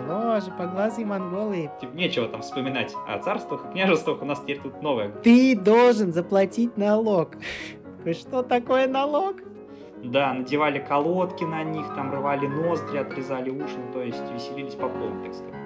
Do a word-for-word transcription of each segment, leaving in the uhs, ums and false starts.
ложепоглазые монголы. Типа нечего там вспоминать о царствах и княжествах, у нас теперь тут новое. Ты должен заплатить налог. Что такое налог? Да, надевали колодки на них, там рвали ноздри, отрезали уши, ну, то есть веселились по полной, так сказать.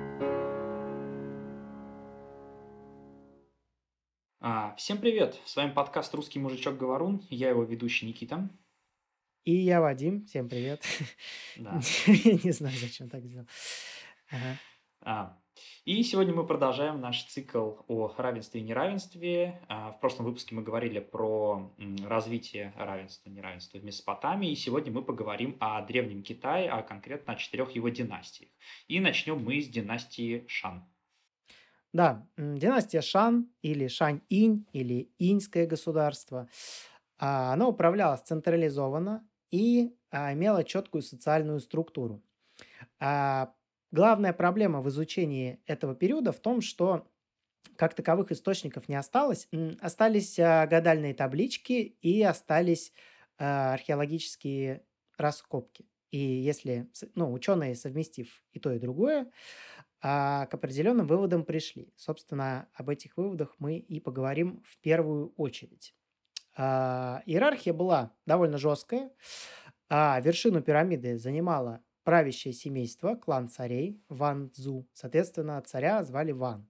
А, всем привет, с вами подкаст «Русский мужичок-говорун», я его ведущий Никита. И я Вадим, всем привет. Да. Я не знаю, зачем так сделал. Ага. А, и сегодня мы продолжаем наш цикл о равенстве и неравенстве. А, в прошлом выпуске мы говорили про м, развитие равенства и неравенства в Месопотамии. И сегодня мы поговорим о Древнем Китае, а конкретно о четырех его династиях. И начнем мы с династии Шан. Да, м, династия Шан или Шань-Инь или Иньское государство, а, оно управлялось централизованно и а, имело четкую социальную структуру. А, Главная проблема в изучении этого периода в том, что как таковых источников не осталось. М, Остались а, гадальные таблички и остались а, археологические раскопки. И если с- ну, ученые, совместив и то, и другое, а, к определенным выводам пришли. Собственно, об этих выводах мы и поговорим в первую очередь. А, Иерархия была довольно жесткая. А вершину пирамиды занимало правящее семейство, клан царей, Ван Цзу. Соответственно, царя звали Ван.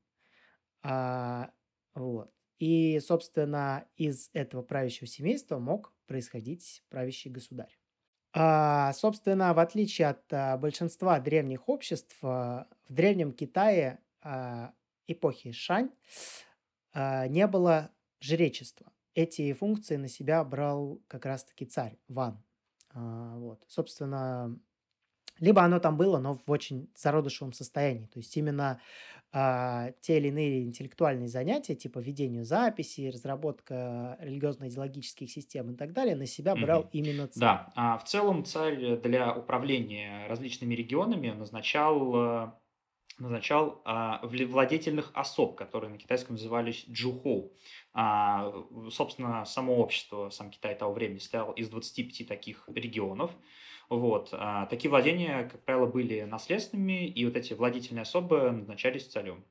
А, вот. И, собственно, из этого правящего семейства мог происходить правящий государь. А, собственно, в отличие от а, большинства древних обществ, а, в Древнем Китае а, эпохи Шань а, не было жречества. Эти функции на себя брал как раз-таки царь Ван. А, вот. Собственно, либо оно там было, но в очень зародышевом состоянии. То есть именно а, те или иные интеллектуальные занятия, типа ведение записей, разработка религиозно-идеологических систем и так далее, на себя брал Мгм. именно царь. Да, а в целом царь для управления различными регионами назначал, э, назначал а, вли- владетельных особ, которые на китайском назывались джухоу. А, в- собственно, само общество, сам Китай того времени состоял из двадцати пяти таких регионов. Вот. а, такие владения, как правило, были наследственными, и вот эти владетельные особы назначались царем.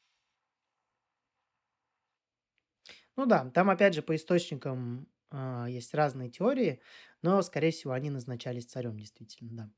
Ну да, там опять же по источникам а, есть разные теории, но, скорее всего, они назначались царем, действительно, да.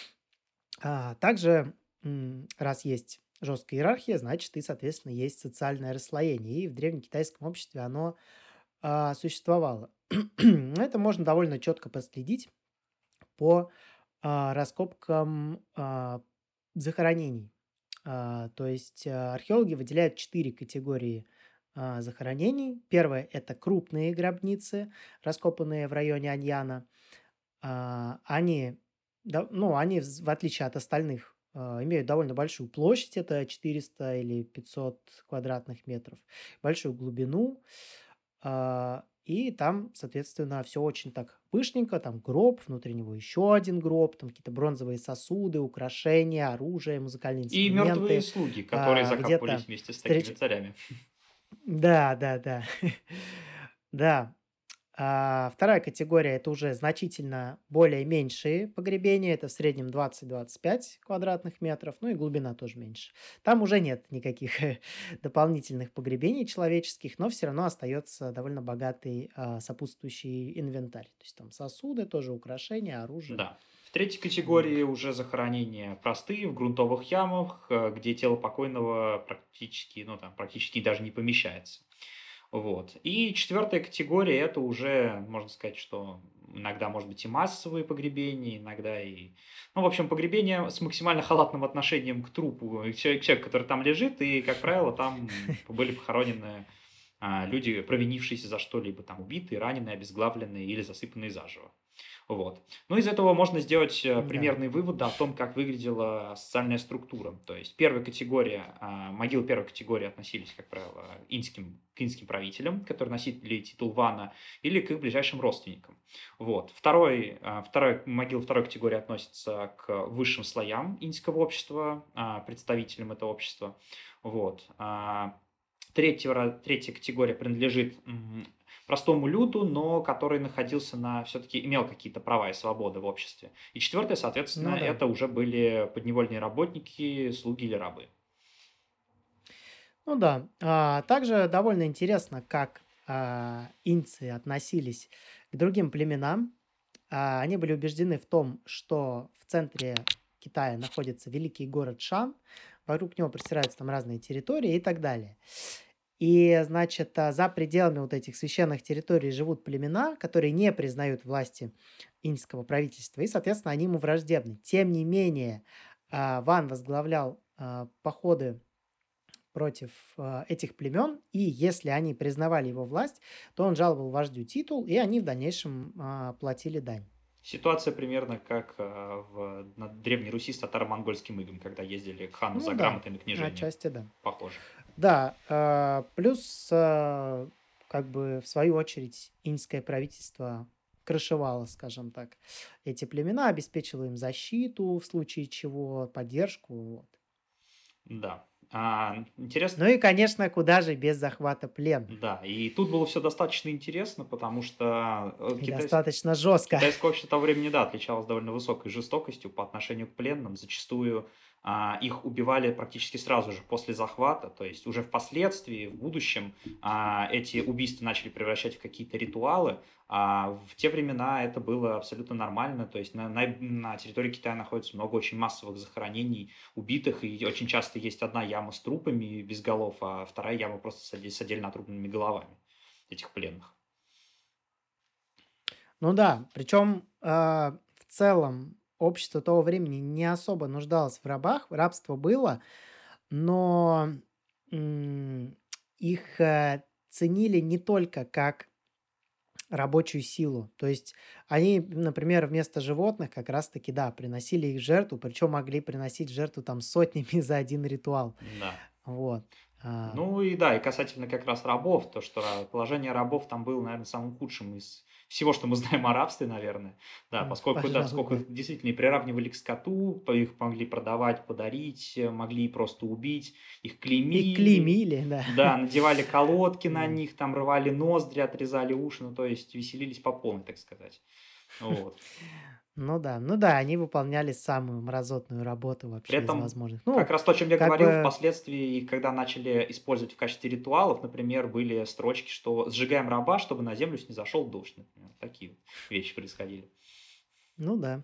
А, также, м, раз есть жесткая иерархия, значит и, соответственно, есть социальное расслоение. И в древнекитайском обществе оно а, существовало. Это можно довольно четко проследить по а, раскопкам а, захоронений. А, то есть а, археологи выделяют четыре категории а, захоронений. Первое – это крупные гробницы, раскопанные в районе Аньяна. А, Они, да, ну, они, вз- в отличие от остальных, а, имеют довольно большую площадь, это четыреста или пятьсот квадратных метров, большую глубину, а, и там, соответственно, все очень так пышненько, там гроб, внутри него еще один гроб, там какие-то бронзовые сосуды, украшения, оружие, музыкальные И мертвые инструменты, слуги, которые а, закапывались где-то вместе с такими встреч... царями. Да, да, да. Да. А, вторая категория – это уже значительно более меньшие погребения. Это в среднем двадцать-двадцать пять квадратных метров, ну и глубина тоже меньше. Там уже нет никаких дополнительных погребений человеческих, но все равно остается довольно богатый а, сопутствующий инвентарь. То есть там сосуды, тоже украшения, оружие. Да. В третьей Вот. категории уже захоронения простые, в грунтовых ямах, э, где тело покойного практически, ну там, практически даже не помещается. Вот. И четвертая категория – это уже, можно сказать, что иногда, может быть, и массовые погребения, иногда и… Ну, в общем, погребения с максимально халатным отношением к трупу, к человеку, человеку, который там лежит, и, как правило, там были похоронены а, люди, провинившиеся за что-либо, там, убитые, раненые, обезглавленные или засыпанные заживо. Вот. Ну, из этого можно сделать э, Да. примерные выводы о том, как выглядела социальная структура. То есть первая категория, а, могилы первой категории относились, как правило, инским, к инским правителям, которые носили титул вана, или к их ближайшим родственникам. Вот. Второй, а, второй, могила второй категории относится к высшим слоям инского общества, а, представителям этого общества. Вот. А, Третья, ра- третья категория принадлежит м, простому люду, но который находился на, все-таки имел какие-то права и свободы в обществе. И четвертое, соответственно, Ну да. это уже были подневольные работники, слуги или рабы. Ну да. А, также довольно интересно, как а, инцы относились к другим племенам. А, они были убеждены в том, что в центре Китая находится великий город Шан, вокруг него простираются там разные территории и так далее. И, значит, а, за пределами вот этих священных территорий живут племена, которые не признают власти иньского правительства, и, соответственно, они ему враждебны. Тем не менее, а, Ван возглавлял а, походы против а, этих племен, и если они признавали его власть, то он жаловал вождю титул, и они в дальнейшем а, платили дань. Ситуация примерно как а, в, на Древней Руси с татаро-монгольским игом, когда ездили к хану Ну за да, грамотами княжения. отчасти да. Похоже. Да, а, плюс, а, как бы, в свою очередь, иньское правительство крышевало, скажем так, эти племена, обеспечило им защиту в случае чего, поддержку. Вот. Да. А, интересно. Ну и, конечно, куда же без захвата пленных. Да, и тут было все достаточно интересно, потому что э, И китайс- достаточно жестко. китайское общество того времени, да, отличалось довольно высокой жестокостью по отношению к пленным. Зачастую а, их убивали практически сразу же после захвата, то есть уже впоследствии, в будущем, а, эти убийства начали превращать в какие-то ритуалы. А в те времена это было абсолютно нормально, то есть на, на, на территории Китая находится много очень массовых захоронений убитых, и очень часто есть одна яма с трупами без голов, а вторая яма просто с, оде- с отдельно отрубленными головами этих пленных. Ну да, причем а, в целом общество того времени не особо нуждалось в рабах, рабство было, но м, их э, ценили не только как рабочую силу. То есть они, например, вместо животных как раз-таки, да, приносили их в жертву, причем могли приносить в жертву там сотнями за один ритуал. Да. Вот. А, Ну и да, и касательно как раз рабов, то, что ра- положение рабов там было, наверное, самым худшим из всего, что мы знаем о рабстве, наверное. Да, м, поскольку, да, пожалуй, поскольку да. их действительно и приравнивали к скоту, по- их могли продавать, подарить, э, могли и просто убить, их Их клеймили, клеймили, да. да, надевали колодки на Да. них, там рвали ноздри, отрезали уши, ну то есть веселились по полной, так сказать. Вот. Ну да, ну да, они выполняли самую мразотную работу При вообще из этом возможных. как Ну, раз то, о чем я как говорил, бы, впоследствии, их когда начали использовать в качестве ритуалов, например, были строчки, что «сжигаем раба, чтобы на землю снизошел дождь», например. Такие вот вещи происходили. ну да.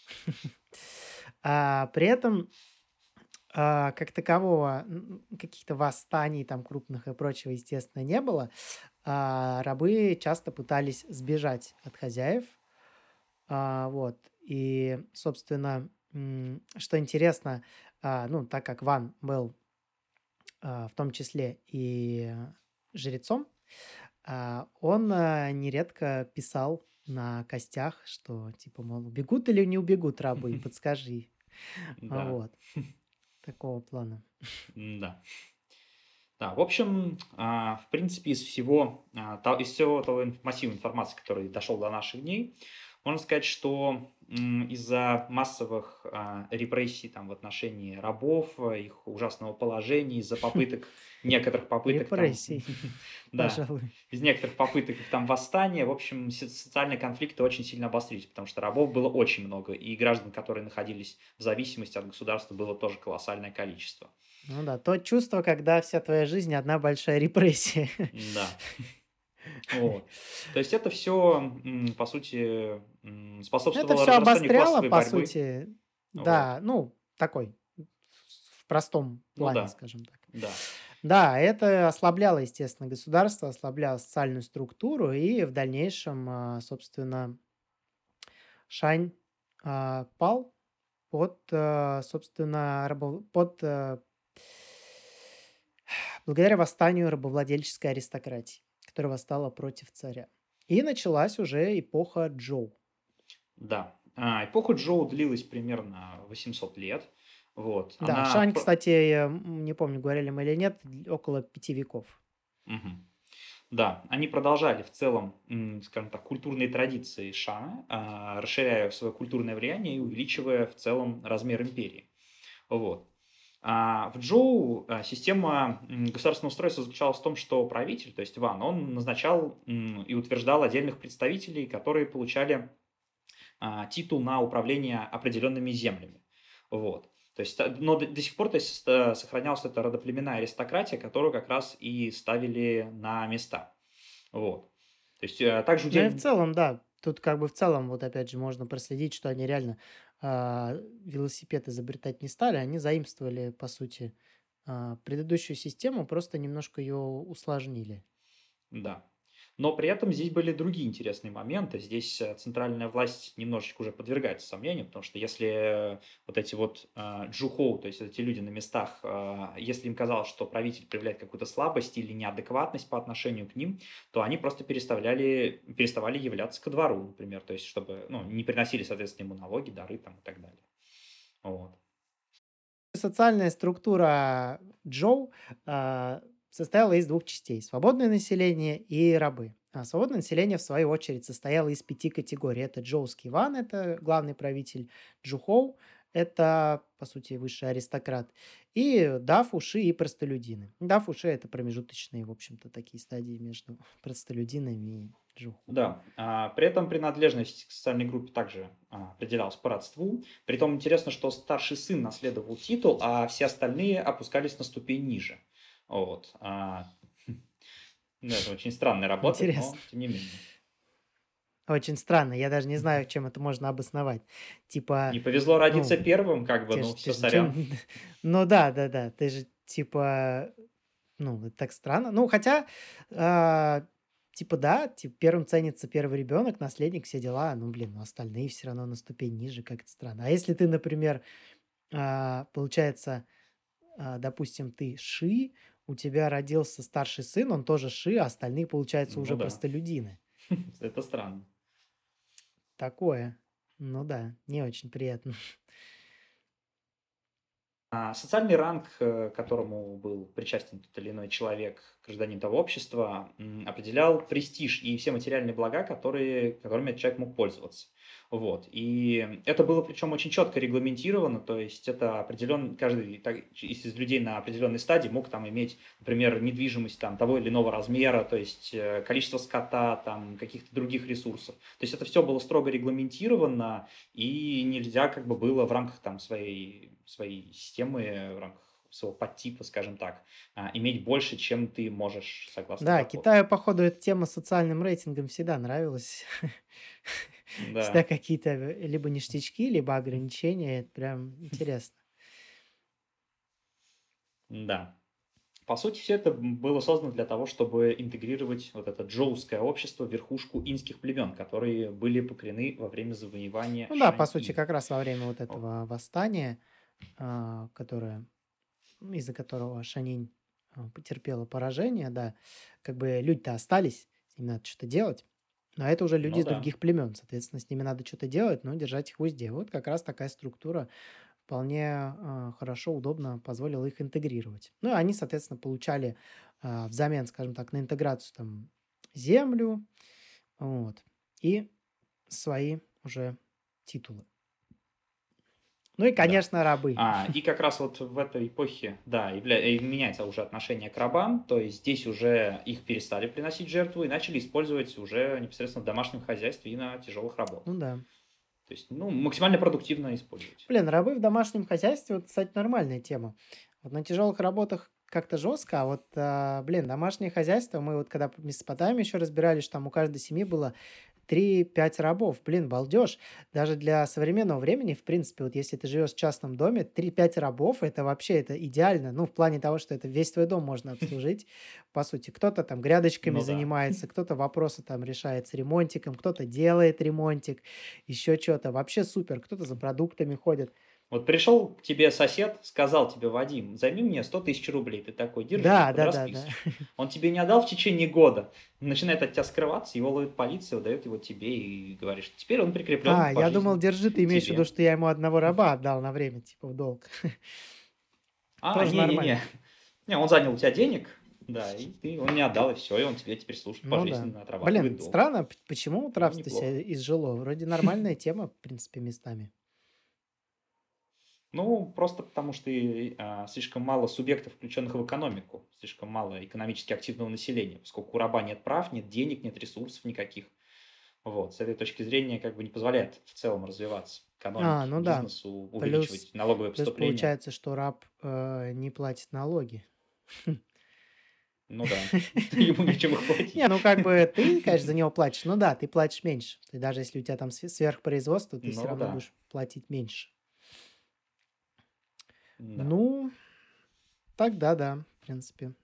А, при этом, а, как такового, н- каких-то восстаний там крупных и прочего, естественно, не было. А, рабы часто пытались сбежать от хозяев. А, вот. И, собственно, м, что интересно, а, ну, так как Ван был а, в том числе и жрецом, а, он а, нередко писал на костях, что типа, мол, убегут или не убегут рабы, подскажи. А, Да, Вот, такого плана. да. Да, в общем, а, в принципе, из всего, а, то- из всего того инф- массива информации, который дошел до наших дней, можно сказать, что м, из-за массовых а, репрессий там, в отношении рабов, а, их ужасного положения, из-за попыток, некоторых попыток там, Репрессий, да, пожалуй. из некоторых попыток их там восстания, в общем, со- социальные конфликты очень сильно обострились, потому что рабов было очень много, и граждан, которые находились в зависимости от государства, было тоже колоссальное количество. Ну да, то чувство, когда вся твоя жизнь одна большая репрессия. Да. Вот. То есть это все, по сути, м, Это способствовало все разрастанию обостряло, классовой по борьбы. сути, Вот. да, ну, такой, в простом Ну плане, да, скажем так. да, Да, это ослабляло, естественно, государство, ослабляло социальную структуру, и в дальнейшем, а, собственно, Шань а, пал под, а, собственно, рабов- под, а, благодаря восстанию рабовладельческой аристократии, которая восстала против царя. И началась уже эпоха Джоу. да. А, эпоха Джоу длилась примерно восемьсот лет. Вот. Да, Она... Шань, пр- кстати, я, м, не помню, говорили мы или нет, около пяти веков. Мгм. Да, они продолжали в целом, м, скажем так, культурные традиции Шана, а, расширяя свое культурное влияние и увеличивая в целом размер империи. Вот. А в Джоу а, система м, государственного устройства заключалась в том, что правитель, то есть Ван, он назначал м, и утверждал отдельных представителей, которые получали а, титул на управление определенными землями. Вот. То есть, та- но до, до сих пор то есть, ста- сохранялась эта родоплеменная аристократия, которую как раз и ставили на места. Вот. То есть, э, также Ну и в удел- целом, да, тут как бы в целом, вот опять же, можно проследить, что они реально а, велосипед изобретать не стали, они заимствовали, по сути, а, предыдущую систему, просто немножко ее усложнили. Да. Но при этом здесь были другие интересные моменты. Здесь э, центральная власть немножечко уже подвергается сомнению, потому что если э, вот эти вот э, джухоу, то есть эти люди на местах, э, если им казалось, что правитель проявляет какую-то слабость или неадекватность по отношению к ним, то они просто переставляли, переставали являться ко двору, например, то есть чтобы ну, не приносили, соответственно, ему налоги, дары там, и так далее. Вот. Социальная структура Джоу а, состояла из двух частей: свободное население и рабы. А свободное население, в свою очередь, состояло из пяти категорий. Это Джоуский Ван, это главный правитель, Джухоу, это, по сути, высший аристократ, и Дафуши и простолюдины. Дафуши — это промежуточные, в общем-то, такие стадии между простолюдинами и Джуху. Да, а, при этом принадлежность к социальной группе также а, определялась по родству. Притом интересно, что старший сын наследовал титул, а все остальные опускались на ступень ниже. Вот. а, ну, это очень странно работает, Интересно. но тем не менее. Очень странно. Я даже не знаю, чем это можно обосновать. Типа, Не повезло родиться ну, первым, как бы, Те ну ж ты все, же ничего сорян. н ну да, да-да, ты же типа, ну, это так странно. Ну, хотя, а, типа, да, типа, первым ценится первый ребенок, наследник, все дела. Ну, блин, ну, остальные все равно на ступень ниже, как это странно. А если ты, например, а, получается, а, допустим, ты Ши, у тебя родился старший сын, он тоже Ши, а остальные, получается, Ну уже да, простолюдины. это странно. Такое. Ну да, не очень приятно. А, Социальный ранг, э, к которому был причастен тот или иной человек, гражданин того общества, м, определял престиж и все материальные блага, которые, которыми этот человек мог пользоваться. Вот. И это было причем очень четко регламентировано, то есть это определен, каждый так- из из людей на определенной стадии мог там иметь, например, недвижимость там, того или иного размера, то есть э, количество скота, там, каких-то других ресурсов. То есть это все было строго регламентировано, и нельзя как бы было в рамках там своей, своей системы, в рамках своего подтипа, скажем так, а, иметь больше, чем ты можешь согласно Да, закону. Китаю, походу, эта тема с социальным рейтингом всегда нравилась. Всегда Да, какие-то э, либо ништячки, либо ограничения. Это прям интересно. да. По сути, все это м, было создано для того, чтобы интегрировать вот это джоуское общество в верхушку инских племен, которые были покорены во время завоевания Ну да, по сути, Шань-И. как раз во время вот О, этого восстания, а, которое, м, из-за которого Шанинь а, потерпела поражение, да, как бы люди-то остались, с ними надо что-то делать. Но это уже люди ну из да. других племен, соответственно, с ними надо что-то делать, но держать их в узде. Вот как раз такая структура вполне а, хорошо, удобно позволила их интегрировать. Ну и они, соответственно, получали а, взамен, скажем так, на интеграцию там землю, вот, и свои уже титулы. Ну и, Да. конечно, рабы. А, и как раз вот в этой эпохе, да, явля- э, меняется уже отношение к рабам, то есть здесь уже их перестали приносить в жертву и начали использовать уже непосредственно в домашнем хозяйстве и на тяжелых Ну работах. да. То есть, ну, максимально продуктивно использовать. Блин, рабы в домашнем хозяйстве, вот, кстати, нормальная тема. Вот на тяжелых работах как-то жестко, а вот, а, блин, домашнее хозяйство, мы вот когда в Месопотамии еще разбирались, что там у каждой семьи было три-пять рабов. Блин, балдеж. Даже для современного времени, в принципе, вот если ты живешь в частном доме, три-пять рабов — это вообще это идеально. Ну, в плане того, что это весь твой дом можно обслужить. По сути, кто-то там грядочками Ну да. занимается, кто-то вопросы там решает с ремонтиком, кто-то делает ремонтик, еще что-то. Вообще супер. Кто-то за продуктами ходит. Вот пришел к тебе сосед, сказал тебе: Вадим, займи мне сто тысяч рублей. Ты такой: держи, Да, под да-да-да. расписочку. Он тебе не отдал в течение года. Начинает от тебя скрываться, его ловит полиция, выдает его тебе и говоришь, теперь он прикреплен А, к я думал, пожизненно держи, ты к имеешь в виду, тебе. что я ему одного раба отдал на время, типа в долг. А, Тоже не-не-не. нормально. Не, он занял у тебя денег, да, и ты он не отдал, и все, и он тебе теперь служит Ну да. пожизненно, отрабатывает Блин, долг. странно, п- почему вот Ну, рабство неплохо. себя изжило? Вроде нормальная тема, в принципе, местами. Ну, просто потому что и, а, слишком мало субъектов, включенных в экономику, слишком мало экономически активного населения, поскольку у раба нет прав, нет денег, нет ресурсов никаких. Вот, с этой точки зрения как бы не позволяет в целом развиваться А, экономике, ну да. бизнесу, Плюс, увеличивать налоговые плюс поступления. получается, что раб э, не платит налоги. Ну да, ему нечем их Не, платить. ну как бы ты, конечно, за него платишь, но да, ты платишь меньше. Ты даже если у тебя там све- сверхпроизводство, ты все Ну равно да, будешь платить меньше. да, Ну, тогда да, в принципе.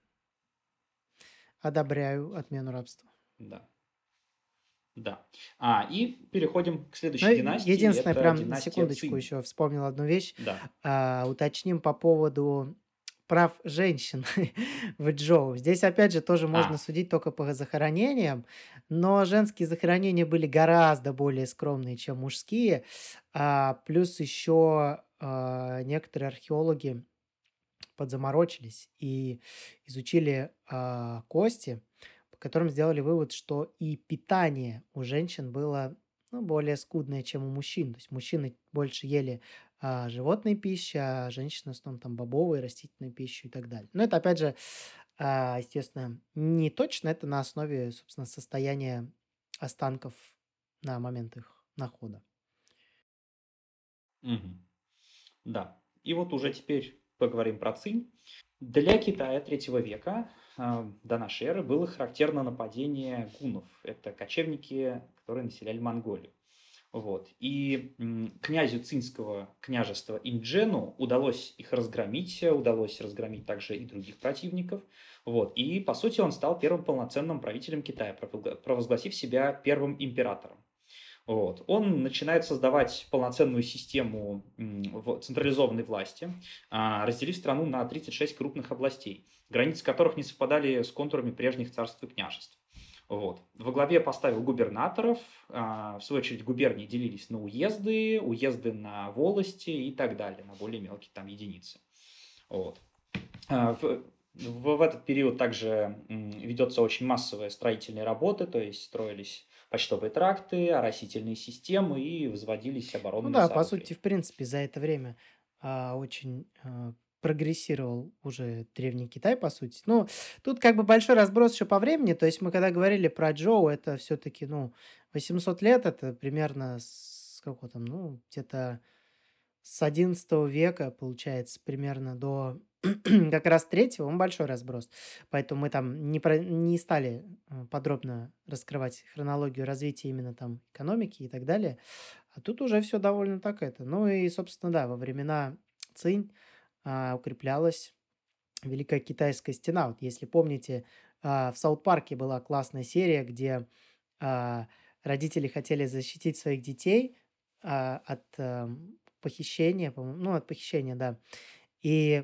Одобряю отмену рабства. да, да. А, и переходим к Ну, следующей и династии, единственное, это прям на династия секундочку Цинь. еще вспомнил одну вещь. Да. А, уточним по поводу прав женщин в Джоу. Здесь, опять же, тоже можно А, судить только по захоронениям, но женские захоронения были гораздо более скромные, чем мужские. А, плюс еще а, некоторые археологи подзаморочились и изучили а, кости, по которым сделали вывод, что и питание у женщин было, ну, более скудное, чем у мужчин. То есть мужчины больше ели а, животной пищи, а женщины в основном там бобовые, растительную пищу и так далее. Но это, опять же, а, естественно, не точно, это на основе, собственно, состояния останков на момент их находа. мгм, да. И вот уже теперь поговорим про Цинь. Для Китая третьего века а, до нашей эры было характерно нападение гуннов. Это кочевники, которые населяли Монголию. Вот. И м, князю цинского княжества Инджену удалось их разгромить, э, удалось разгромить также и других противников. Вот. И, по сути, он стал первым полноценным правителем Китая, провозгла- провозгласив себя первым императором. Вот. Он начинает создавать полноценную систему м, в- централизованной власти, а, разделив страну на тридцать шесть крупных областей, границы которых не совпадали с контурами прежних царств и княжеств. Вот. Во главе поставил губернаторов, а, в свою очередь губернии делились на уезды, уезды на волости и так далее, на более мелкие там единицы. Вот. А, В, в, в этот период также м, ведется очень массовая строительные работы, то есть строились почтовые тракты, оросительные системы и возводились Ну оборонные да, по сути, сооружения. в принципе, за это время а, очень а, прогрессировал уже Древний Китай, по сути. Ну, тут как бы большой разброс еще по времени. То есть мы когда говорили про Джоу, это все-таки, ну, восемьсот лет, это примерно с какого там, ну, где-то с одиннадцатого века, получается, примерно до как раз третьего, он большой разброс. Поэтому мы там не, про, не стали э, подробно раскрывать хронологию развития именно там экономики и так далее. А тут уже все довольно так это. Ну и, собственно, да, во времена Цинь а, укреплялась Великая Китайская стена. Вот если помните, а, в Саут Парке была классная серия, где а, родители хотели защитить своих детей а, от ам, похищения, по-моему, ну, от похищения, да. И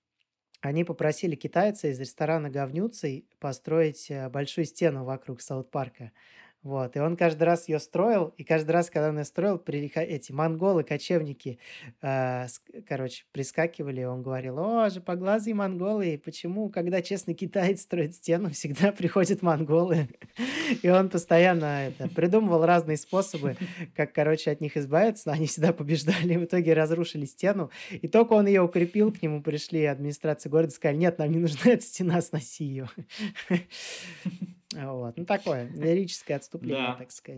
они попросили китайца из ресторана "Говнюций" построить, э, большую стену вокруг Саут-парка. Вот, и он каждый раз ее строил, и каждый раз, когда он её строил, прилиха эти монголы, кочевники, а, ск короче, прискакивали, и он говорил: "О, жопоглазые монголы, почему, когда честный китаец строит стену, всегда приходят монголы?" И он постоянно это придумывал разные способы, как, короче, от них избавиться, но они всегда побеждали, в итоге разрушили стену. И только он ее укрепил, к нему пришли администрация города, сказали: "Нет, нам не нужна эта стена, сноси ее". Вот, ну, такое лирическое отступление, Да, так сказать.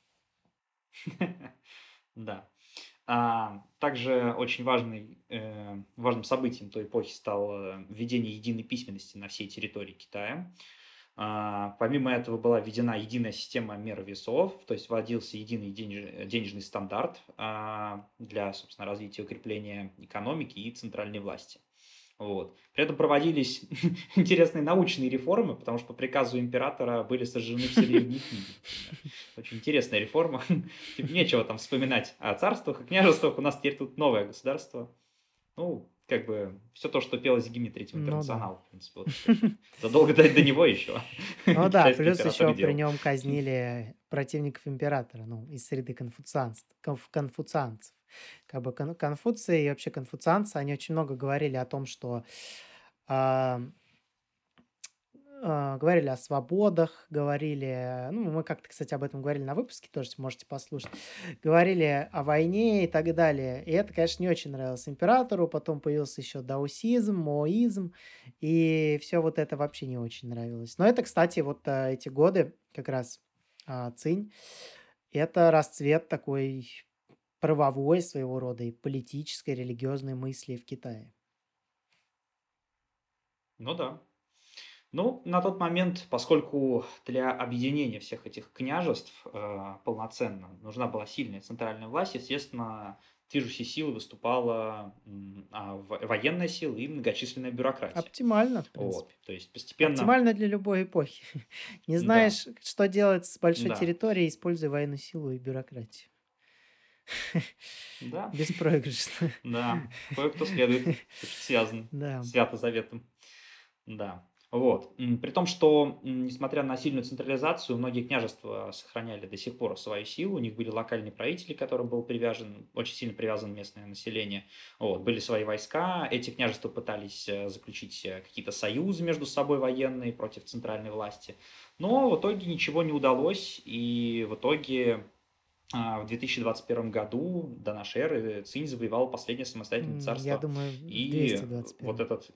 да. А, также очень важный, э, важным событием той эпохи стало введение единой письменности на всей территории Китая. А, помимо этого была введена единая система мер весов, то есть вводился единый денеж- денежный стандарт а, для, собственно, развития и укрепления экономики и центральной власти. Вот. При этом проводились интересные научные реформы, потому что по приказу императора были сожжены все древние книги, например. Очень интересная реформа. Типа, нечего там вспоминать о царствах и княжествах, у нас теперь тут новое государство. Ну, как бы все то, что пелось в гимне Третьего Ну да. интернационала, в принципе, вот это задолго до, до него еще Ну да, китайский плюс император еще при делал. нем казнили противников императора, ну, из среды конфуцианств конф конфуцианцев. Как бы кон Конфуций и вообще конфуцианцы, они очень много говорили о том, что, а а, говорили о свободах, говорили, ну, мы как-то, кстати, об этом говорили на выпуске, тоже можете послушать. Говорили о войне и так далее. И это, конечно, не очень нравилось императору. Потом появился еще даосизм, маоизм, и все вот это вообще не очень нравилось. Но это, кстати, вот а, эти годы, как раз а, Цинь, это расцвет такой правовой своего рода и политической, религиозной мысли в Китае. Ну да. Ну, на тот момент, поскольку для объединения всех этих княжеств э, полноценно нужна была сильная центральная власть, естественно, движущей силой выступала м, а, во- военная сила и многочисленная бюрократия. Оптимально, в принципе. Вот, то есть постепенно, Оптимально для любой эпохи. Не да, знаешь, что делать с большой да, территорией, используй военную силу и бюрократию. да, Беспроигрышно. да, кое-кто следует, так сказать, связан Да. свято заветом. Да. Вот. М, При том, что, м, несмотря на сильную централизацию, многие княжества сохраняли до сих пор свою силу. У них были локальные правители, к которым был привязан, очень сильно привязано местное население. Вот. Были свои войска. Эти княжества пытались э, заключить э, какие-то союзы между собой военные против центральной власти. Но в итоге ничего не удалось. И в итоге а, в две тысячи двадцать первом году до нашей эры Цинь завоевал последнее самостоятельное М, Я царство. думаю, в И вот двести двадцать первом. этот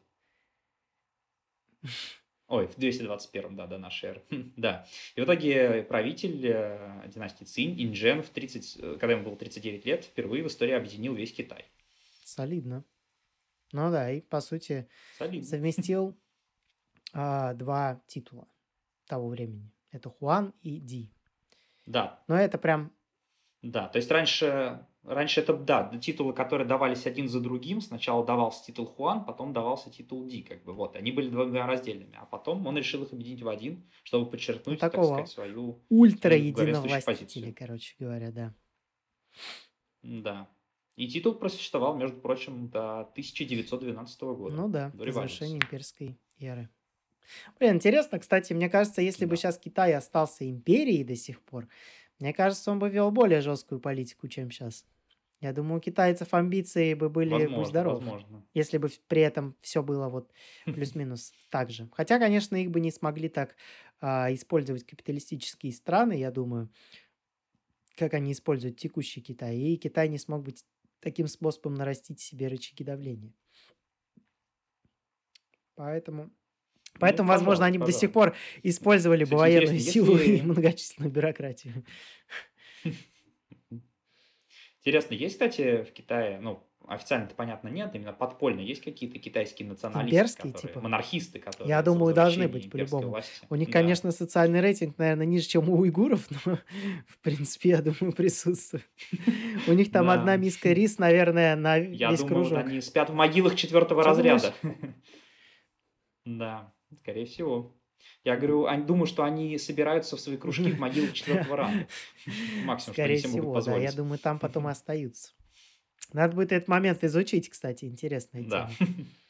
Ой, в двести двадцать первом, да, до нашей эры. Да. И в итоге правитель э, династии Цинь, Инджен, в тридцать, э, когда ему было тридцать девять лет, впервые в истории объединил весь Китай. Солидно. Ну да, и по сути Солидно. совместил а, два титула того времени. Это Хуан и Ди. Да, Но это прям да. То есть раньше, раньше это, да, титулы, которые давались один за другим. Сначала давался титул Хуан, потом давался титул Ди, как бы, вот. Они были двумя раздельными. А потом он решил их объединить в один, чтобы ну, подчеркнуть, так сказать, такого свою, ультра свою главенствующую единовластителя, позицию. короче говоря, да. Да. И титул просуществовал, между прочим, до тысяча девятьсот двенадцатого года, Ну да, до до завершения революции. имперской эры. Блин, интересно, кстати, мне кажется, если бы Да, сейчас Китай остался империей до сих пор, мне кажется, он бы вел более жесткую политику, чем сейчас. Я думаю, у китайцев амбиции бы были «будь возможно, здоров», возможно. если бы в- при этом все было вот плюс-минус так же. Хотя, конечно, их бы не смогли так а, использовать капиталистические страны, я думаю, как они используют текущий Китай. И Китай не смог бы т- таким способом нарастить себе рычаги давления. Поэтому, Ну, поэтому, возможно, пожалуй, они бы до сих пожалуй. пор использовали бы Кстати, военную интересно, силу и если... многочисленную бюрократию. Интересно, есть, кстати, в Китае, ну, официально-то, понятно, нет, именно подпольно, есть какие-то китайские националисты, Имперские, которые, типа. монархисты, Я которые за думаю, должны возвращение быть имперской по-любому. власти? У них, Да. конечно, социальный рейтинг, наверное, ниже, чем у уйгуров, но, в принципе, я думаю, присутствует. У них там одна Да. миска рис, наверное, на Я весь думаю, вот кружок. они спят в могилах четвертого Что думаешь? разряда. Да, скорее всего. Я говорю, они, думаю, что они собираются в свои кружки в могилах четвертого ранга. Максимум, что они Скорее себе могут всего, да. Я позволить. думаю, там потом и остаются. Надо будет этот момент изучить, кстати, интересная Да. тема.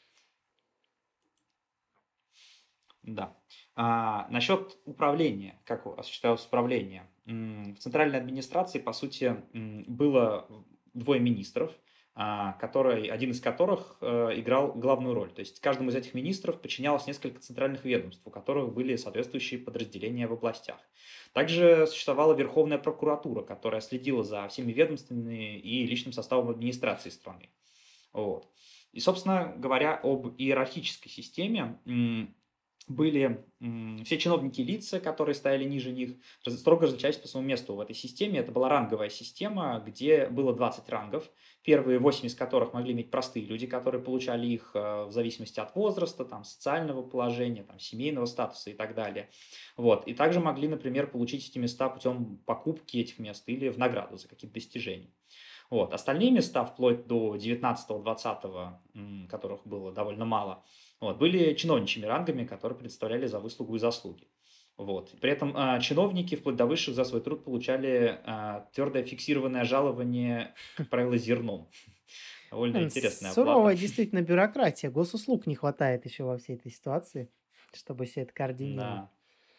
Да. А, насчет управления, как осуществлялось управление. М, В центральной администрации, по сути, м, было двое министров, а, который, один из которых э, играл главную роль. То есть каждому из этих министров подчинялось несколько центральных ведомств, у которых были соответствующие подразделения в областях. Также существовала Верховная прокуратура, которая следила за всеми ведомствами и личным составом администрации страны. Вот. И, собственно говоря, об иерархической системе, м, были м, все чиновники и лица, которые стояли ниже них, раз- строго различались по своему месту в этой системе. Это была ранговая система, где было двадцать рангов. Первые восемь из которых могли иметь простые люди, которые получали их э, в зависимости от возраста, там, социального положения, там, семейного статуса и так далее. Вот. И также могли, например, получить эти места путем покупки этих мест или в награду за какие-то достижения. Вот. Остальные места, вплоть до девятнадцатого-двадцатого, которых было довольно мало, вот, были чиновничьими рангами, которые представляли за выслугу и заслуги. Вот. При этом а, чиновники, вплоть до высших, за свой труд получали а, твердое фиксированное жалование, как правило, зерном. Довольно Блин, интересная оплата. суровая действительно бюрократия. Госуслуг не хватает еще во всей этой ситуации, чтобы все это координировать. Да.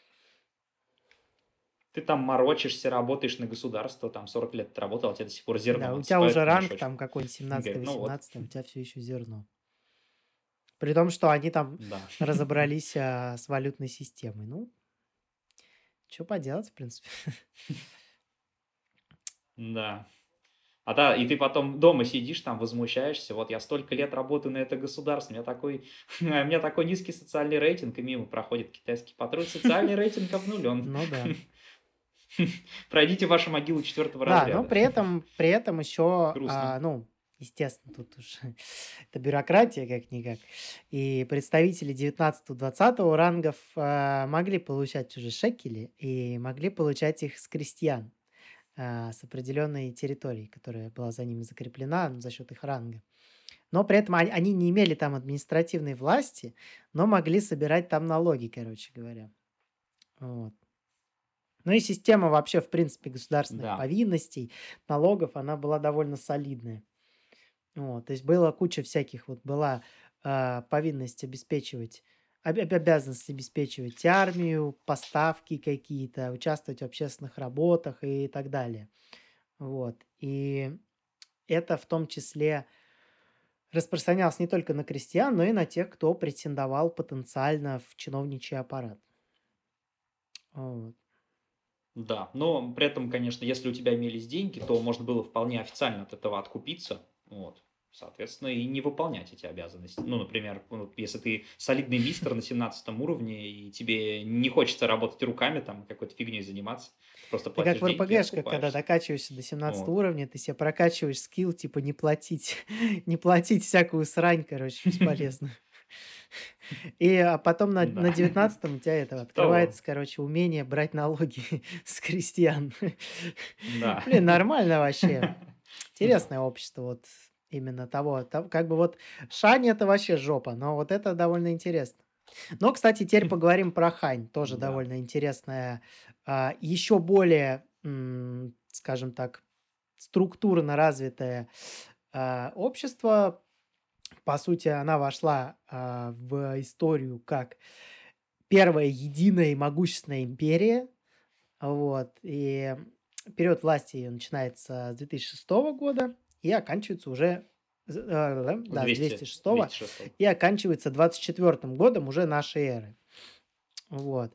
Ты там морочишься, работаешь на государство, там сорок лет ты работал, а тебе до сих пор Да, зерном у тебя уже отсыпают по ранг мешочку. там какой-нибудь Говорит, ну вот, семнадцатый-восемнадцатый, у тебя все еще зерно. При том, что они там Да. разобрались а, с валютной системой. Ну, что поделать, в принципе. Да. А да, и ты потом дома сидишь, там возмущаешься, вот я столько лет работаю на это государство, у меня такой, у меня такой низкий социальный рейтинг, и мимо проходит китайский патруль, социальный рейтинг обнулен. Ну да. Пройдите вашу могилу четвертого Да, но разряда. при этом, при этом еще, Грустно. а, ну, естественно, тут уж это бюрократия как-никак. И представители девятнадцатого-двадцатого рангов а, могли получать уже шекели и могли получать их с крестьян, а, с определенной территории, которая была за ними закреплена за счет их ранга. Но при этом они, они не имели там административной власти, но могли собирать там налоги, короче говоря. Вот. Ну и система вообще, в принципе, государственных Да. повинностей, налогов, она была довольно солидная. Вот, то есть была куча всяких, вот была а, повинность обеспечивать, об- об- обязанность обеспечивать армию, поставки какие-то, участвовать в общественных работах и так далее. Вот, и это в том числе распространялось не только на крестьян, но и на тех, кто претендовал потенциально в чиновничий аппарат. Вот. Да, но при этом, конечно, если у тебя имелись деньги, то можно было вполне официально от этого откупиться, вот, соответственно, и не выполнять эти обязанности. Ну, например, ну, если ты солидный мистер на семнадцатом уровне, и тебе не хочется работать руками, там, какой-то фигней заниматься, ты просто Ты как платишь в деньги и РПГшках, когда откупаешься. докачиваешься до семнадцатого Вот. уровня, ты себе прокачиваешь скилл, типа не платить, не платить всякую срань, короче, бесполезную. И а потом на, Да, на девятнадцатом у тебя это типа того. открывается, короче, умение брать налоги с крестьян. Да. Блин, нормально вообще. Интересное общество вот именно того. там Как бы вот Шань это вообще жопа, но вот это довольно интересно. Но, кстати, теперь поговорим про Хань. Тоже Да. довольно интересное, а, еще более, м, скажем так, структурно развитое а, общество. По сути, она вошла а, в историю как первая единая и могущественная империя. Вот. И период власти ее начинается с две тысячи шестого года и оканчивается уже з- э, В да, с двести, двести шестого двести шестом. и оканчивается двадцать четвёртым годом уже нашей эры. Вот.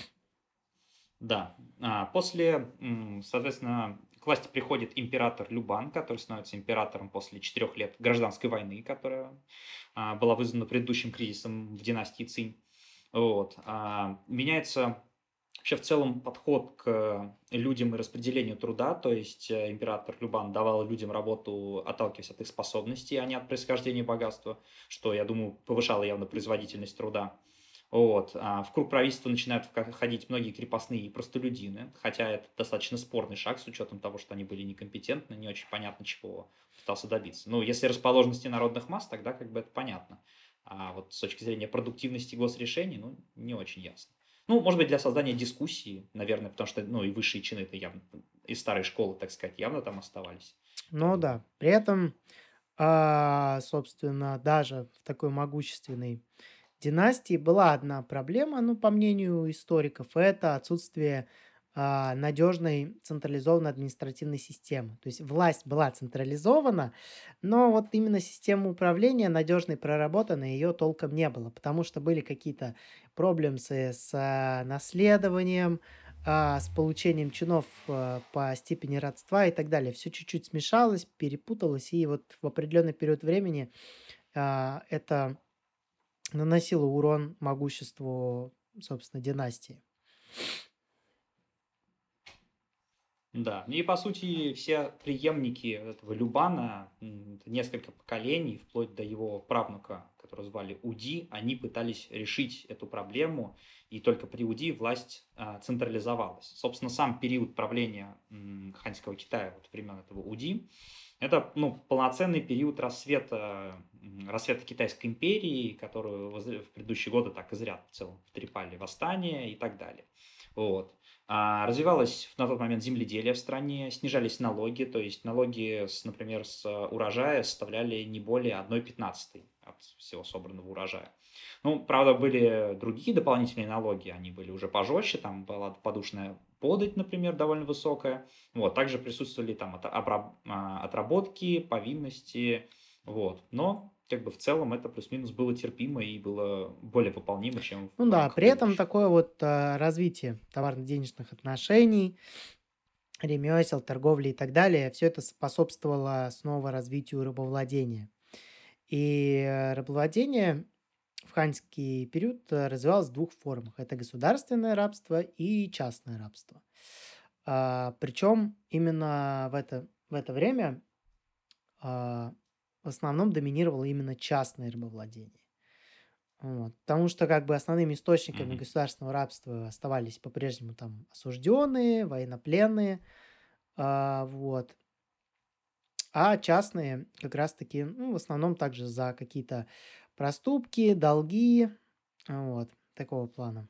Да. А, После, м, соответственно, к власти приходит император Любан, который становится императором после четырех лет гражданской войны, которая а, была вызвана предыдущим кризисом в династии Цинь. Вот. А, Меняется вообще в целом подход к людям и распределению труда, то есть э, император Любан давал людям работу, отталкиваясь от их способностей, а не от происхождения и богатства, что, я думаю, повышало явно производительность труда. Вот. А в круг правительства начинают вка- входить многие крепостные и простолюдины, хотя это достаточно спорный шаг с учетом того, что они были некомпетентны, не очень понятно, чего пытался добиться. Ну, если расположенности народных масс, тогда как бы это понятно. А вот с точки зрения продуктивности госрешений, ну, не очень ясно. Ну, может быть, для создания дискуссии, наверное, потому что, ну, и высшие чины это явно из старой школы, так сказать, явно там оставались, я Ну думаю. да. При этом, а, собственно, даже в такой могущественной династии была одна проблема, ну, по мнению историков, это отсутствие а, надежной централизованной административной системы. То есть власть была централизована, но вот именно система управления надежной проработанной ее толком не было, потому что были какие-то проблемы с а, наследованием, а, с получением чинов а, по степени родства и так далее. Все чуть-чуть смешалось, перепуталось, и вот в определенный период времени а, это наносила урон могуществу, собственно, династии. Да, и по сути все преемники этого Любана, м, это несколько поколений, вплоть до его правнука, которого звали Уди, они пытались решить эту проблему, и только при Уди власть а, централизовалась. Собственно, сам период правления м, ханьского Китая, вот времен этого Уди, это ну, полноценный период рассвета, м, рассвета Китайской империи, которую воз- в предыдущие годы так изрядно в целом потрепали восстания и так далее. Вот. А, Развивалось на тот момент земледелие в стране, снижались налоги, то есть налоги, с, например, с э, урожая составляли не более одной пятнадцатой от всего собранного урожая. Ну, правда, были другие дополнительные налоги, они были уже пожестче, там была подушная подать, например, довольно высокая. Вот, также присутствовали там от- обраб- а, отработки, повинности, вот. Но как бы в целом это плюс-минус было терпимо и было более выполнимо, чем Ну в да, рамках при этом предыдущих. такое вот а, развитие товарно-денежных отношений, ремесел, торговли и так далее, все это способствовало снова развитию рабовладения. И э, рабовладение в ханьский период э, развивалось в двух формах. Это государственное рабство и частное рабство. А, причем именно в это, в это время а, в основном доминировало именно частное рабовладение. Вот. Потому что как бы основными источниками Мгм. государственного рабства оставались по-прежнему там осужденные, военнопленные, а, вот. А частные как раз-таки, ну, в основном также за какие-то проступки, долги, вот, такого плана.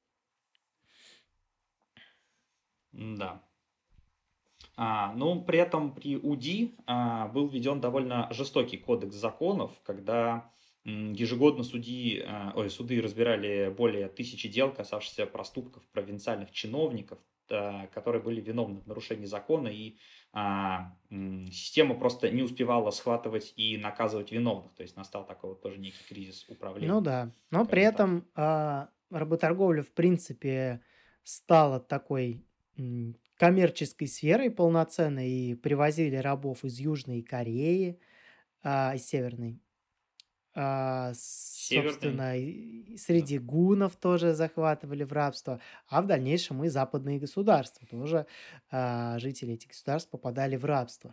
Да. А, ну, при этом при УДИ а, был введен довольно жестокий кодекс законов, когда м, ежегодно судьи, а, ой, суды разбирали более тысячи дел, касавшихся проступков провинциальных чиновников, а, которые были виновны в нарушении закона, и а, м, система просто не успевала схватывать и наказывать виновных. То есть настал такой вот тоже некий кризис Ну управления, да, но при скажем так. этом а, работорговля в принципе стала такой м, коммерческой сферой полноценной, и привозили рабов из Южной Кореи, а, из Северной. А, Северный, собственно, и да. среди гуннов тоже захватывали в рабство, а в дальнейшем и западные государства тоже, а, жители этих государств попадали в рабство.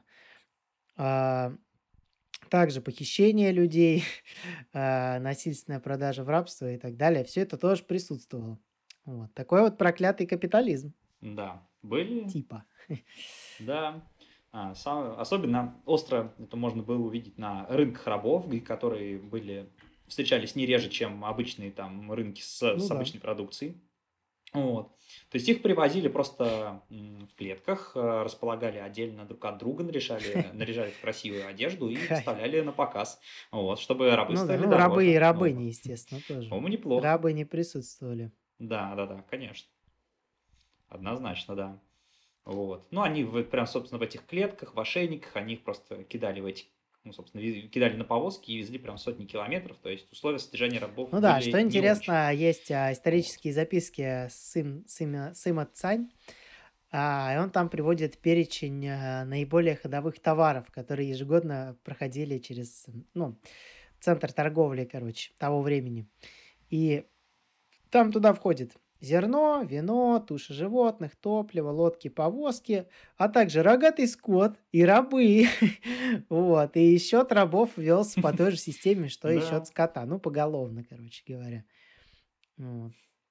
А, также похищение людей, а, насильственная продажа в рабство и так далее. Все это тоже присутствовало. Вот такой вот проклятый капитализм Да, были. типа. Да, а, са особенно остро это можно было увидеть на рынках рабов, г которые были встречались не реже, чем обычные там рынки с Ну с да. обычной продукцией. Вот. То есть их привозили просто, м, в клетках, э, располагали отдельно друг от друга, наряжали наряжали в красивую одежду и Кайф. выставляли на показ, вот, чтобы рабы Ну да, стояли ну рабы и дороже. рабыни, Вот. естественно, тоже. По-моему, неплохо. Рабы не присутствовали. Да-да-да, конечно, однозначно, да. Вот. Ну, они в прям, собственно, в этих клетках, в ошейниках, они их просто кидали в эти, ну, собственно, вез кидали на повозки и везли прям сотни километров. То есть условия содержания рабов Ну да, что были не очень. интересно, есть, а, Вот. исторические записки Сым Сыма Сыма Цань, а, и он там приводит перечень, а, наиболее ходовых товаров, которые ежегодно проходили через, м, ну, центр торговли, короче, того времени. И там туда входит зерно, вино, туши животных, топливо, лодки, повозки, а также рогатый скот и рабы. Вот. И счет рабов велся по той же системе, что и счет Да, скота. Ну, поголовно, короче говоря. Вот.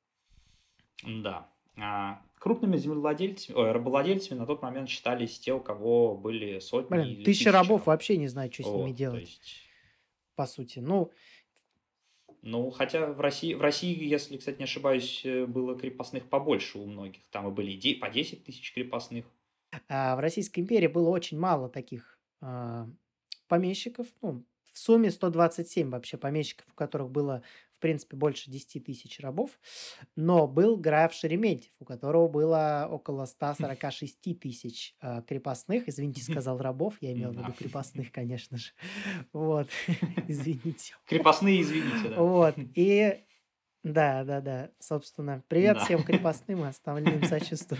да. А, крупными землевладельцами, ой, рабовладельцами на тот момент считались те, у кого были сотни Блин, или тысяча тысячи рабов рабов. вообще не знаю, что с ними Вот, то делать, есть, по сути. Ну, ну, хотя в России, в России, если, кстати, не ошибаюсь, э, было крепостных побольше у многих. Там и были и де- по десять тысяч крепостных. а в Российской империи было очень мало таких а, помещиков. Ну, в сумме сто двадцать семь вообще помещиков, у которых было, в принципе, больше десяти тысяч рабов. Но был граф Шереметьев, у которого было около ста сорока шести тысяч а, крепостных. Извините, сказал рабов, я имел в Да. виду крепостных, конечно же. Вот, извините. Крепостные, извините, да. Вот, и да, да-да, собственно, привет Да. всем крепостным и остальным сочувствую.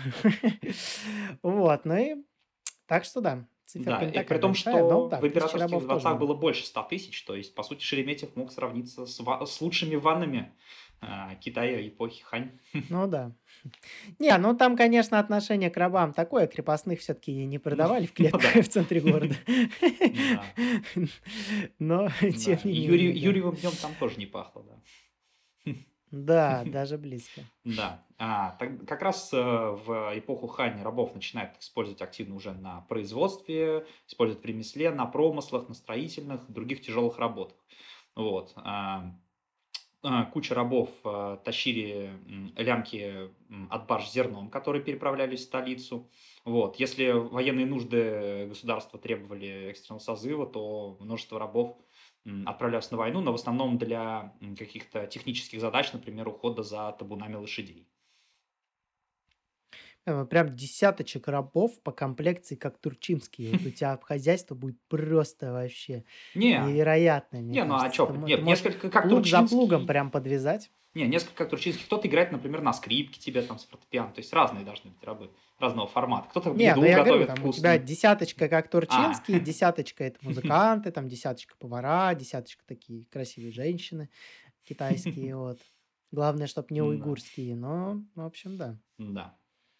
Вот, ну и так что да, циферка Да, не и при такая том, большая, но что да, в тысяча императорских рабов тоже дворцах было. было больше ста тысяч, то есть, по сути, Шереметьев мог сравниться с, ва- с лучшими ваннами а, Китая эпохи Хань. Ну да. Не, ну там, конечно, отношение к рабам такое, крепостных все-таки не Ну, продавали в ну клетках да, в центре города. да, Но, тем да. И не Юрий, менее, да. Юрьевым днем там тоже не пахло, да. Да, даже близко. Да, а, так- как раз э, в эпоху Хань рабов начинают использовать активно уже на производстве, используют в ремесле, на промыслах, на строительных, других тяжелых работах. Вот. а, а, Куча рабов а, тащили м, лямки м, от барж с зерном, которые переправлялись в столицу. Вот. Если военные нужды государства требовали экстренного созыва, то множество рабов м, отправлялось на войну, но в основном для м, каких-то технических задач, например, ухода за табунами лошадей. э, прям десяточек рабов по комплекции, как турчинские. Вот у тебя хозяйство будет просто вообще Не, невероятное, мне не, ну а кажется. Ты, чё? мо- ты Нет, можешь несколько как плуг за плугом турчинский. прям подвязать. Не, несколько как турчинский. Кто-то играет, например, на скрипке тебе там с фортепиано. То есть разные должны быть рабы, разного формата. Кто-то Не, ну еду я говорю, готовит там у тебя вкусную. десяточка как А, турчинские, десяточка это музыканты, там десяточка повара, десяточка такие красивые женщины китайские, вот. Главное, чтобы не да, уйгурские, но, в общем, да. да.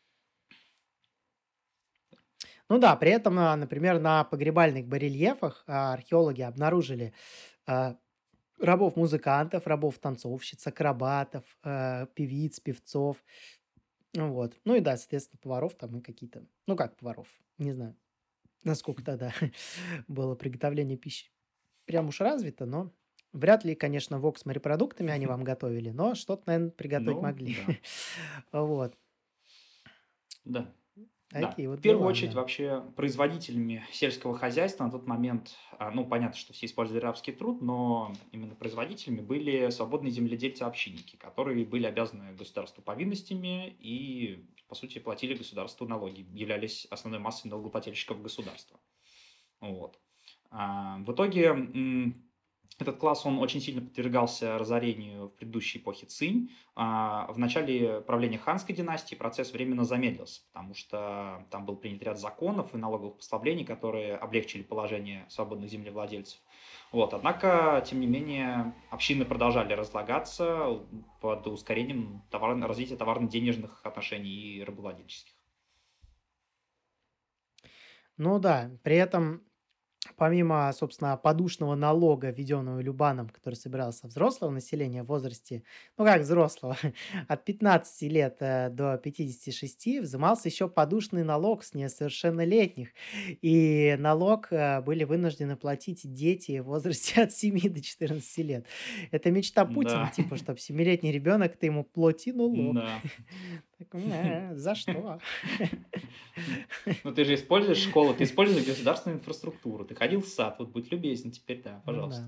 Ну да, при этом, а, например, на погребальных барельефах а, археологи обнаружили а, рабов-музыкантов, рабов-танцовщиц, акробатов, а, певиц, певцов. Ну вот. Ну и да, соответственно, поваров там и какие-то... Ну как поваров? Не знаю, насколько тогда было приготовление пищи. Прям уж развито, но вряд ли, конечно, вок с морепродуктами они вам готовили, но что-то, наверное, приготовить Ну, могли. да, Вот. да. Да, Такие в вот первую дела, очередь да. вообще производителями сельского хозяйства на тот момент, а, ну, понятно, что все использовали рабский труд, но именно производителями были свободные земледельцы-общинники, которые были обязаны государству повинностями и, по сути, платили государству налоги, являлись основной массой налогоплательщиков государства. Вот. А, В итоге м, этот класс, он очень сильно подвергался разорению в предыдущей эпохе Цинь. А, В начале правления ханской династии процесс временно замедлился, потому что там был принят ряд законов и налоговых послаблений, которые облегчили положение свободных землевладельцев. Вот. Однако, тем не менее, общины продолжали разлагаться под ускорением товар... развития товарно-денежных отношений и рабовладельческих. Ну да, при этом помимо, собственно, подушного налога, введенного Любаном, который собирался со взрослого населения в возрасте, ну как взрослого, от пятнадцати лет э, до пятидесяти шести, взимался еще подушный налог с несовершеннолетних. И налог э, были вынуждены платить дети в возрасте от семи до четырнадцати лет. Это мечта Путина, Да, типа, чтобы семилетний ребенок, ты ему плати налог. да. Так, «Э, за что? Ну, ты же используешь школу, ты используешь государственную инфраструктуру. Ты ходил в сад, вот будь любезен теперь, да, Ну пожалуйста. да.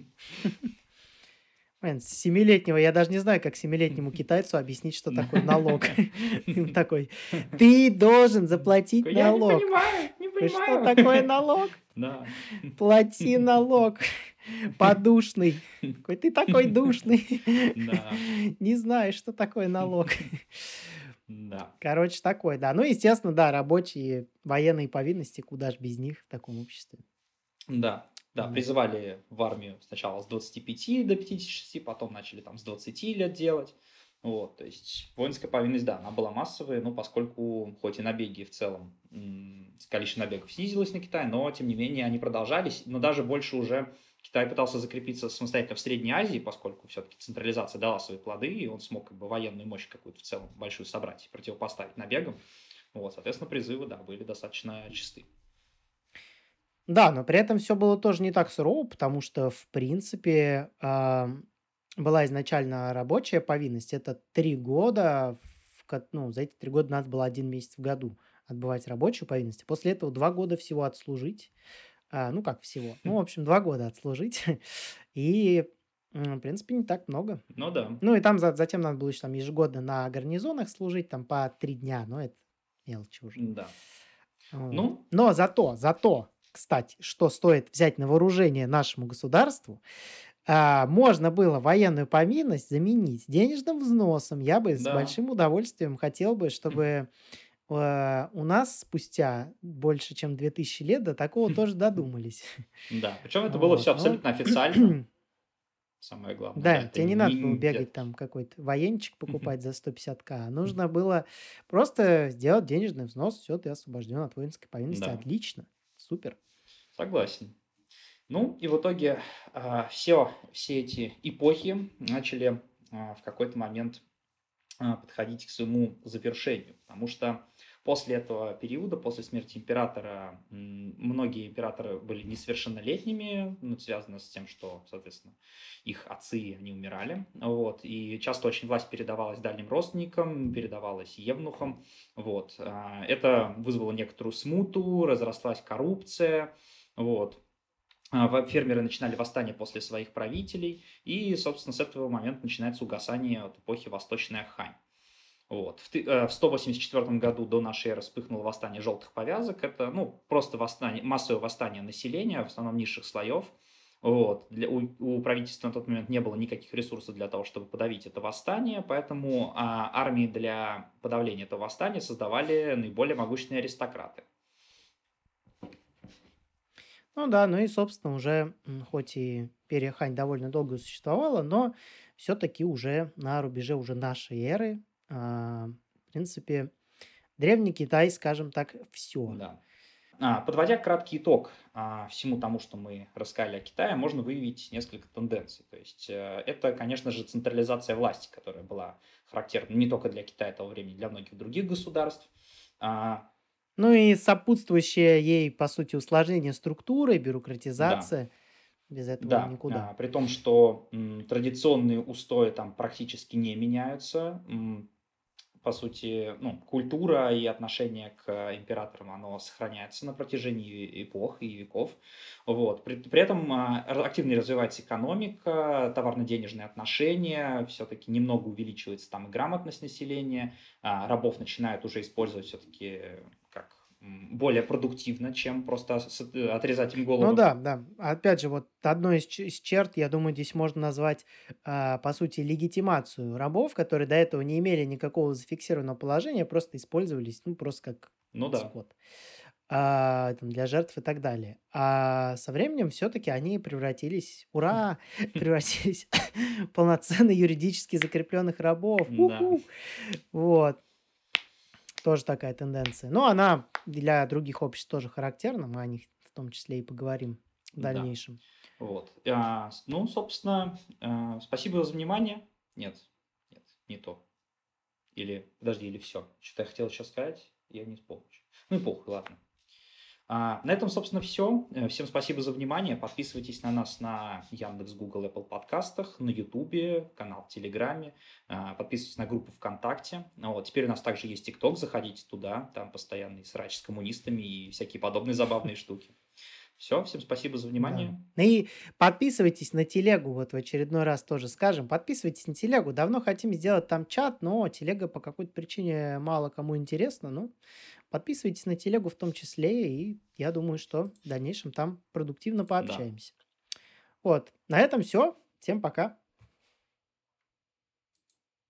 Блин, с семилетнего я даже не знаю, как семилетнему китайцу объяснить, что такое налог. Он такой: «Ты должен заплатить Я не налог». понимаю, не Такой: «Что понимаю. такое налог? Да. Плати налог подушный». Такой: «Ты такой душный, Да. не знаешь, что такое налог». Да. Короче, такой, да. Ну, естественно, да, рабочие военные повинности, куда ж без них в таком обществе. Да. Да, Вот. призывали в армию сначала с двадцати пяти до пятидесяти шести, потом начали там с двадцати лет делать. Вот, то есть воинская повинность, да, она была массовая, но поскольку хоть и набеги в целом, м, количество набегов снизилось на Китай, но тем не менее они продолжались, но даже больше уже Китай пытался закрепиться самостоятельно в Средней Азии, поскольку все-таки централизация дала свои плоды, и он смог как бы военную мощь какую-то в целом большую собрать и противопоставить набегам. Вот, соответственно, призывы, да, были достаточно чисты. Да, но при этом все было тоже не так сурово, потому что, в принципе, ам, была изначально рабочая повинность. Это три года, в ко ну, за эти три года надо было один месяц в году отбывать рабочую повинность. После этого два года всего отслужить. А, ну, как всего? Ну, в общем, два года отслужить. И, м, в принципе, не так много. Ну да, Ну, и там за затем надо было еще там ежегодно на гарнизонах служить, там по три дня, но это мелочи уже. да. Вот. Ну, Но зато, зато, кстати, что стоит взять на вооружение нашему государству, а, можно было военную повинность заменить денежным взносом. Я бы с да. большим удовольствием хотел бы, чтобы э, у нас спустя больше, чем две тысячи лет до такого тоже додумались. Да, причем это было все Вот, но абсолютно официально, самое главное, да, да, это тебе не надо было не... бегать там какой-то военчик покупать за сто пятьдесят ка. Нужно было просто сделать денежный взнос, все, ты освобожден от воинской повинности. Да, Отлично, супер. согласен. Ну, и в итоге а, все, все эти эпохи начали а, в какой-то момент а, подходить к своему завершению, потому что после этого периода, после смерти императора, м, многие императоры были несовершеннолетними, ну, это связано с тем, что, соответственно, их отцы, они умирали, вот, и часто очень власть передавалась дальним родственникам, передавалась евнухам, вот, а, это вызвало некоторую смуту, разрослась коррупция, вот, а, во- фермеры начинали восстание после своих правителей, и, собственно, с этого момента начинается угасание от эпохи Восточная Хань. Вот. В, ты- э, в сто восемьдесят четвёртом году до нашей эры вспыхнуло восстание желтых повязок. Это, ну, просто восстание, массовое восстание населения, в основном низших слоев. Вот. Для, у, у правительства на тот момент не было никаких ресурсов для того, чтобы подавить это восстание, поэтому а, армии для подавления этого восстания создавали наиболее могущественные аристократы. Ну да, ну и, собственно, уже, м, хоть и империя Хань довольно долго существовала, но все-таки уже на рубеже уже нашей эры, а, в принципе, Древний Китай, скажем так, все. Да. А, Подводя краткий итог а, всему тому, что мы рассказали о Китае, можно выявить несколько тенденций. То есть э, это, конечно же, централизация власти, которая была характерна не только для Китая того времени, для многих других государств. А, Ну и сопутствующее ей, по сути, усложнение структуры, Да, бюрократизация, без этого да, никуда. а, при том, что м, традиционные устои там практически не меняются. М, По сути, ну, культура и отношение к императорам, оно сохраняется на протяжении эпох и веков. Вот. При, при этом а, р- активно развивается экономика, товарно-денежные отношения, все-таки немного увеличивается там и грамотность населения, а, рабов начинают уже использовать все-таки как м, более продуктивно, чем просто с- э, отрезать им Ну головы. да, да. Опять же, вот одной из, ч- из черт, я думаю, здесь можно назвать, а, по сути, легитимацию рабов, которые до этого не имели никакого зафиксированного положения, просто использовались, ну, просто как Ну да, скот, а, там, для жертв и так далее. А со временем все-таки они превратились, ура, превратились в полноценных юридически закрепленных рабов. да, Уху! Вот. Тоже такая тенденция. Но она для других обществ тоже характерна. Мы о них в том числе и поговорим в да. дальнейшем. Вот. А, с- ну, собственно, а, спасибо за внимание. Нет, нет, не то. Или, подожди, или все. Что-то я хотел сейчас сказать, я не вспомню. Ну и похуй, ладно. А, на этом, собственно, все. Всем спасибо за внимание. Подписывайтесь на нас на Яндекс, Google, Apple подкастах, на Ютубе, канал в Телеграме. А, подписывайтесь на группу ВКонтакте. Ну вот. Теперь у нас также есть ТикТок, заходите туда. Там постоянный срач с коммунистами и всякие подобные забавные штуки. Все, всем спасибо за Да. внимание. Ну и подписывайтесь на телегу, вот в очередной раз тоже скажем. Подписывайтесь на телегу. Давно хотим сделать там чат, но телега по какой-то причине мало кому интересна. Ну, подписывайтесь на телегу в том числе, и я думаю, что в дальнейшем там продуктивно Да. пообщаемся. Вот, на этом все. Всем пока.